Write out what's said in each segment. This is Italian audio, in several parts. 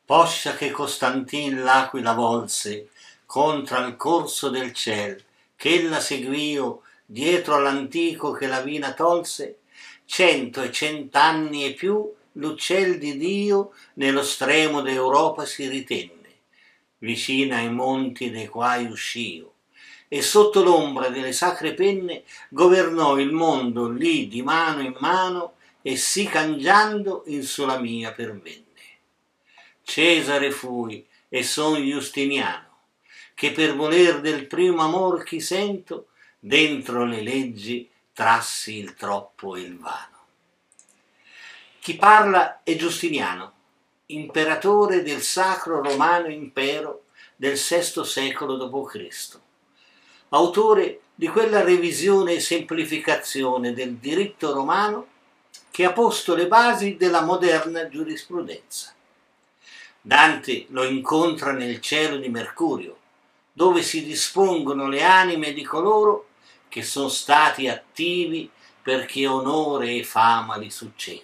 Poscia che Costantin l'aquila volse contra il corso del ciel, ch'ella seguio dietro all'antico che la vina tolse, 100 e 100 anni e più l'uccel di Dio nello stremo d'Europa si ritenne, vicina ai monti dei quai uscio, e sotto l'ombra delle sacre penne governò il mondo lì di mano in mano e sì cangiando in sola mia pervenne. Cesare fui e son Giustiniano, che per voler del primo amor chi sento, dentro le leggi trassi il troppo e il vano. Chi parla è Giustiniano, imperatore del Sacro Romano Impero del VI secolo d.C., autore di quella revisione e semplificazione del diritto romano che ha posto le basi della moderna giurisprudenza. Dante lo incontra nel cielo di Mercurio, dove si dispongono le anime di coloro che sono stati attivi perché onore e fama li succeda.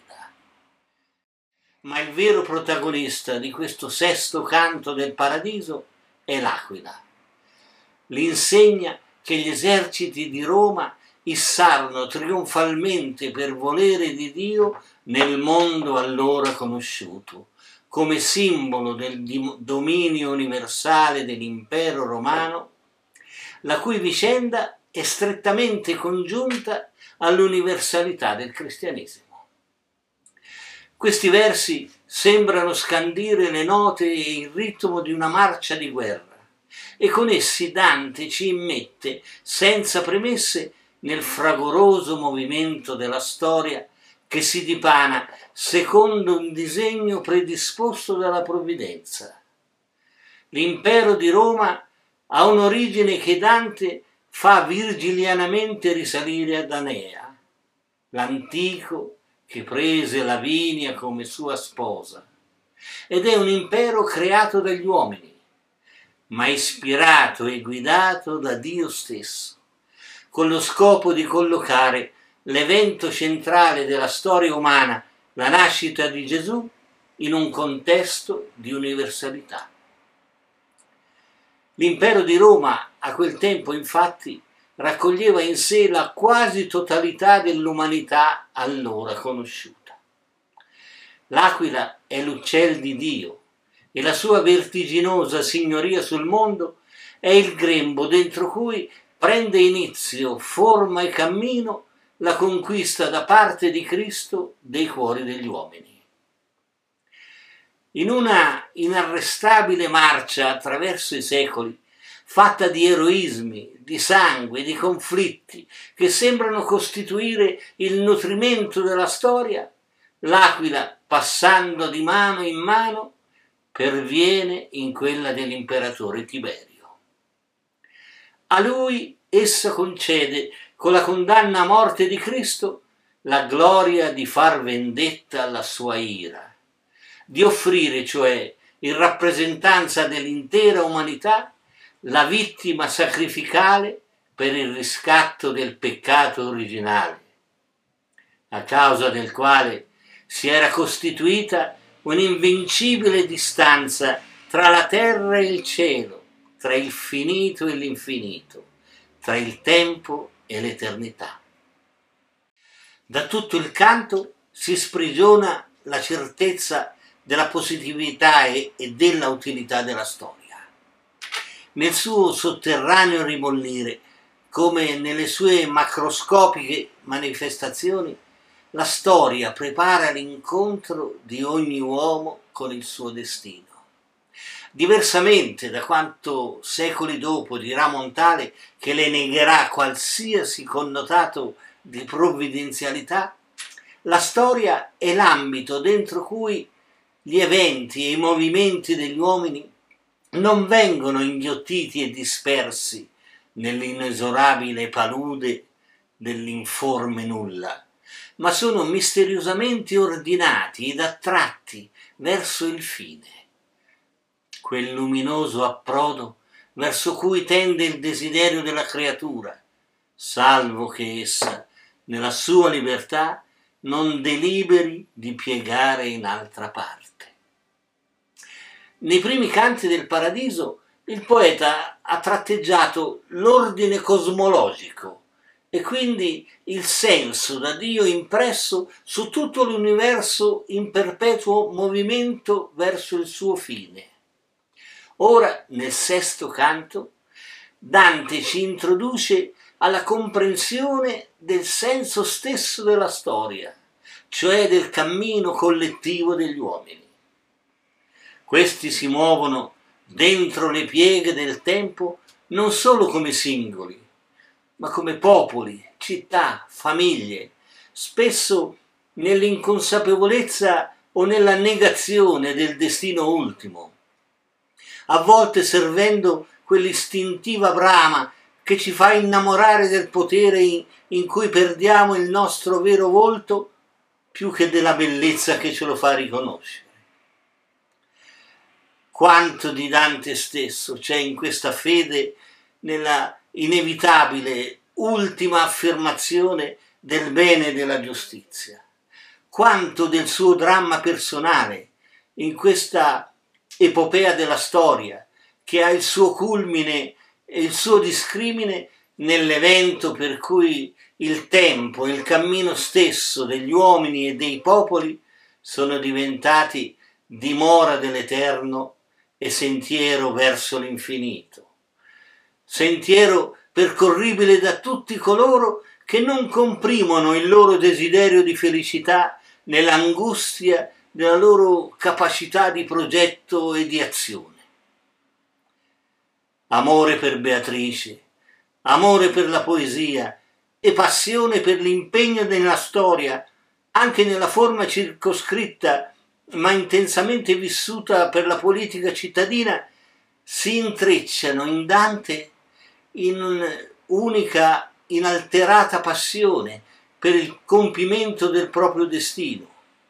Ma il vero protagonista di questo sesto canto del paradiso è l'Aquila, l'insegna che gli eserciti di Roma issarono trionfalmente per volere di Dio nel mondo allora conosciuto, come simbolo del dominio universale dell'impero romano, la cui vicenda è strettamente congiunta all'universalità del cristianesimo. Questi versi sembrano scandire le note e il ritmo di una marcia di guerra, e con essi Dante ci immette, senza premesse, nel fragoroso movimento della storia che si dipana secondo un disegno predisposto dalla provvidenza. L'impero di Roma ha un'origine che Dante fa virgilianamente risalire ad Anea, l'antico che prese Lavinia come sua sposa, ed è un impero creato dagli uomini, ma ispirato e guidato da Dio stesso, con lo scopo di collocare l'evento centrale della storia umana, la nascita di Gesù, in un contesto di universalità. L'impero di Roma a quel tempo, infatti, raccoglieva in sé la quasi totalità dell'umanità allora conosciuta. L'Aquila è l'uccel di Dio e la sua vertiginosa signoria sul mondo è il grembo dentro cui prende inizio, forma e cammino la conquista da parte di Cristo dei cuori degli uomini. In una inarrestabile marcia attraverso i secoli, fatta di eroismi, di sangue, di conflitti, che sembrano costituire il nutrimento della storia, l'Aquila, passando di mano in mano, perviene in quella dell'imperatore Tiberio. A lui essa concede, con la condanna a morte di Cristo, la gloria di far vendetta alla sua ira, di offrire, cioè, in rappresentanza dell'intera umanità, la vittima sacrificale per il riscatto del peccato originale, a causa del quale si era costituita un'invincibile distanza tra la terra e il cielo, tra il finito e l'infinito, tra il tempo e l'eternità. Da tutto il canto si sprigiona la certezza della positività e della utilità della storia. Nel suo sotterraneo ribollire, come nelle sue macroscopiche manifestazioni, la storia prepara l'incontro di ogni uomo con il suo destino. Diversamente da quanto secoli dopo dirà Montale, che le negherà qualsiasi connotato di provvidenzialità, la storia è l'ambito dentro cui gli eventi e i movimenti degli uomini non vengono inghiottiti e dispersi nell'inesorabile palude dell'informe nulla, ma sono misteriosamente ordinati ed attratti verso il fine, quel luminoso approdo verso cui tende il desiderio della creatura, salvo che essa, nella sua libertà, non deliberi di piegare in altra parte. nei primi canti del Paradiso il poeta ha tratteggiato l'ordine cosmologico e quindi il senso da Dio impresso su tutto l'universo in perpetuo movimento verso il suo fine. Ora, nel sesto canto, Dante ci introduce alla comprensione del senso stesso della storia, cioè del cammino collettivo degli uomini. Questi si muovono dentro le pieghe del tempo non solo come singoli, ma come popoli, città, famiglie, spesso nell'inconsapevolezza o nella negazione del destino ultimo, a volte servendo quell'istintiva brama che ci fa innamorare del potere in cui perdiamo il nostro vero volto più che della bellezza che ce lo fa riconoscere. Quanto di Dante stesso c'è in questa fede nella inevitabile ultima affermazione del bene e della giustizia. Quanto del suo dramma personale in questa epopea della storia che ha il suo culmine e il suo discrimine nell'evento per cui il tempo e il cammino stesso degli uomini e dei popoli sono diventati dimora dell'Eterno e sentiero verso l'infinito. Sentiero percorribile da tutti coloro che non comprimono il loro desiderio di felicità nell'angustia della loro capacità di progetto e di azione. Amore per Beatrice, amore per la poesia e passione per l'impegno nella storia, anche nella forma circoscritta ma intensamente vissuta per la politica cittadina, si intrecciano in Dante in un'unica inalterata passione per il compimento del proprio destino,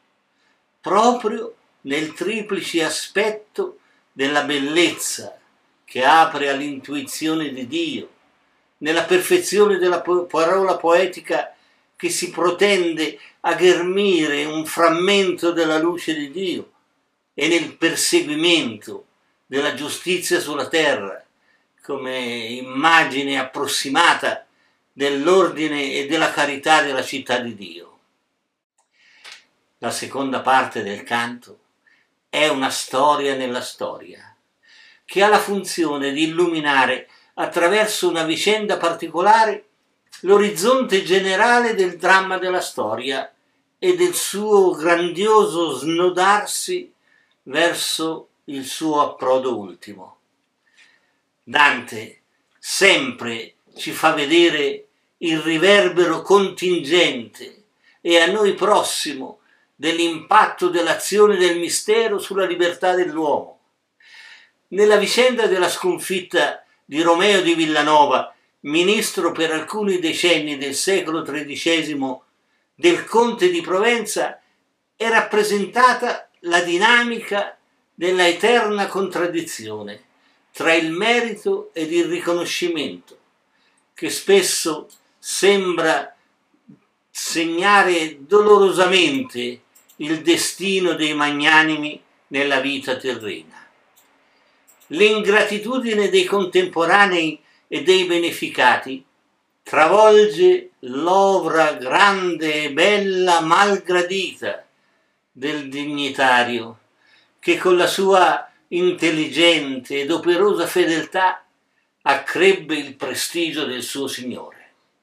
proprio nel triplice aspetto della bellezza che apre all'intuizione di Dio, nella perfezione della parola poetica che si protende a ghermire un frammento della luce di Dio e nel perseguimento della giustizia sulla terra come immagine approssimata dell'ordine e della carità della città di Dio. La seconda parte del canto è una storia nella storia, che ha la funzione di illuminare attraverso una vicenda particolare l'orizzonte generale del dramma della storia e del suo grandioso snodarsi verso il suo approdo ultimo. Dante sempre ci fa vedere il riverbero contingente e a noi prossimo dell'impatto dell'azione del mistero sulla libertà dell'uomo. Nella vicenda della sconfitta di Romeo di Villanova, ministro per alcuni decenni del secolo XIII del conte di Provenza, è rappresentata la dinamica della eterna contraddizione tra il merito ed il riconoscimento, che spesso sembra segnare dolorosamente il destino dei magnanimi nella vita terrena. L'ingratitudine dei contemporanei e dei beneficati travolge l'ovra grande e bella malgradita del dignitario che con la sua intelligente ed operosa fedeltà accrebbe il prestigio del suo Signore.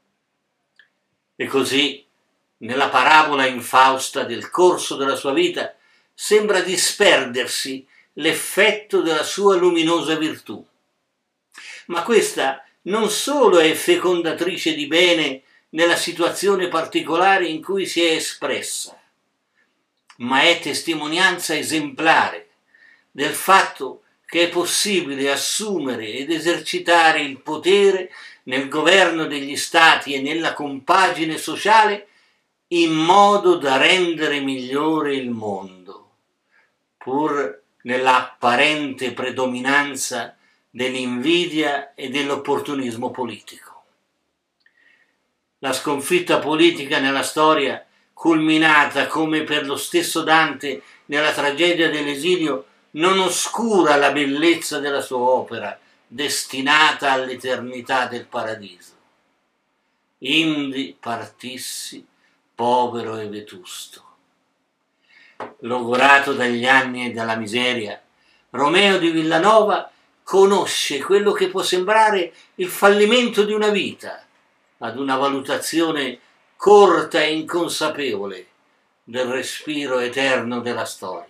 E così, nella parabola infausta del corso della sua vita, sembra disperdersi l'effetto della sua luminosa virtù. Ma questa non solo è fecondatrice di bene nella situazione particolare in cui si è espressa, ma è testimonianza esemplare del fatto che è possibile assumere ed esercitare il potere nel governo degli stati e nella compagine sociale in modo da rendere migliore il mondo, pur nell'apparente predominanza dell'invidia e dell'opportunismo politico. La sconfitta politica nella storia, culminata come per lo stesso Dante nella tragedia dell'esilio, non oscura la bellezza della sua opera, destinata all'eternità del paradiso. Indi partissi, povero e vetusto. Logorato dagli anni e dalla miseria, Romeo di Villanova conosce quello che può sembrare il fallimento di una vita, ad una valutazione corta e inconsapevole del respiro eterno della storia.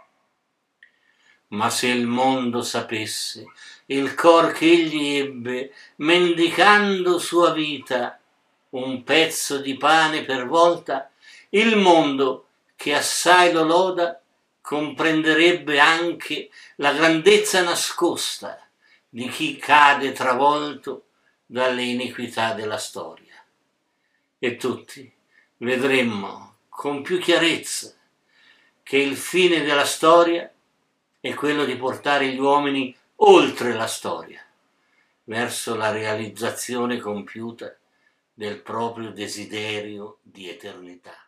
Ma se il mondo sapesse il cor che egli ebbe, mendicando sua vita, un pezzo di pane per volta, il mondo, che assai lo loda, comprenderebbe anche la grandezza nascosta di chi cade travolto dalle iniquità della storia. E tutti vedremmo con più chiarezza che il fine della storia è quello di portare gli uomini oltre la storia, verso la realizzazione compiuta del proprio desiderio di eternità.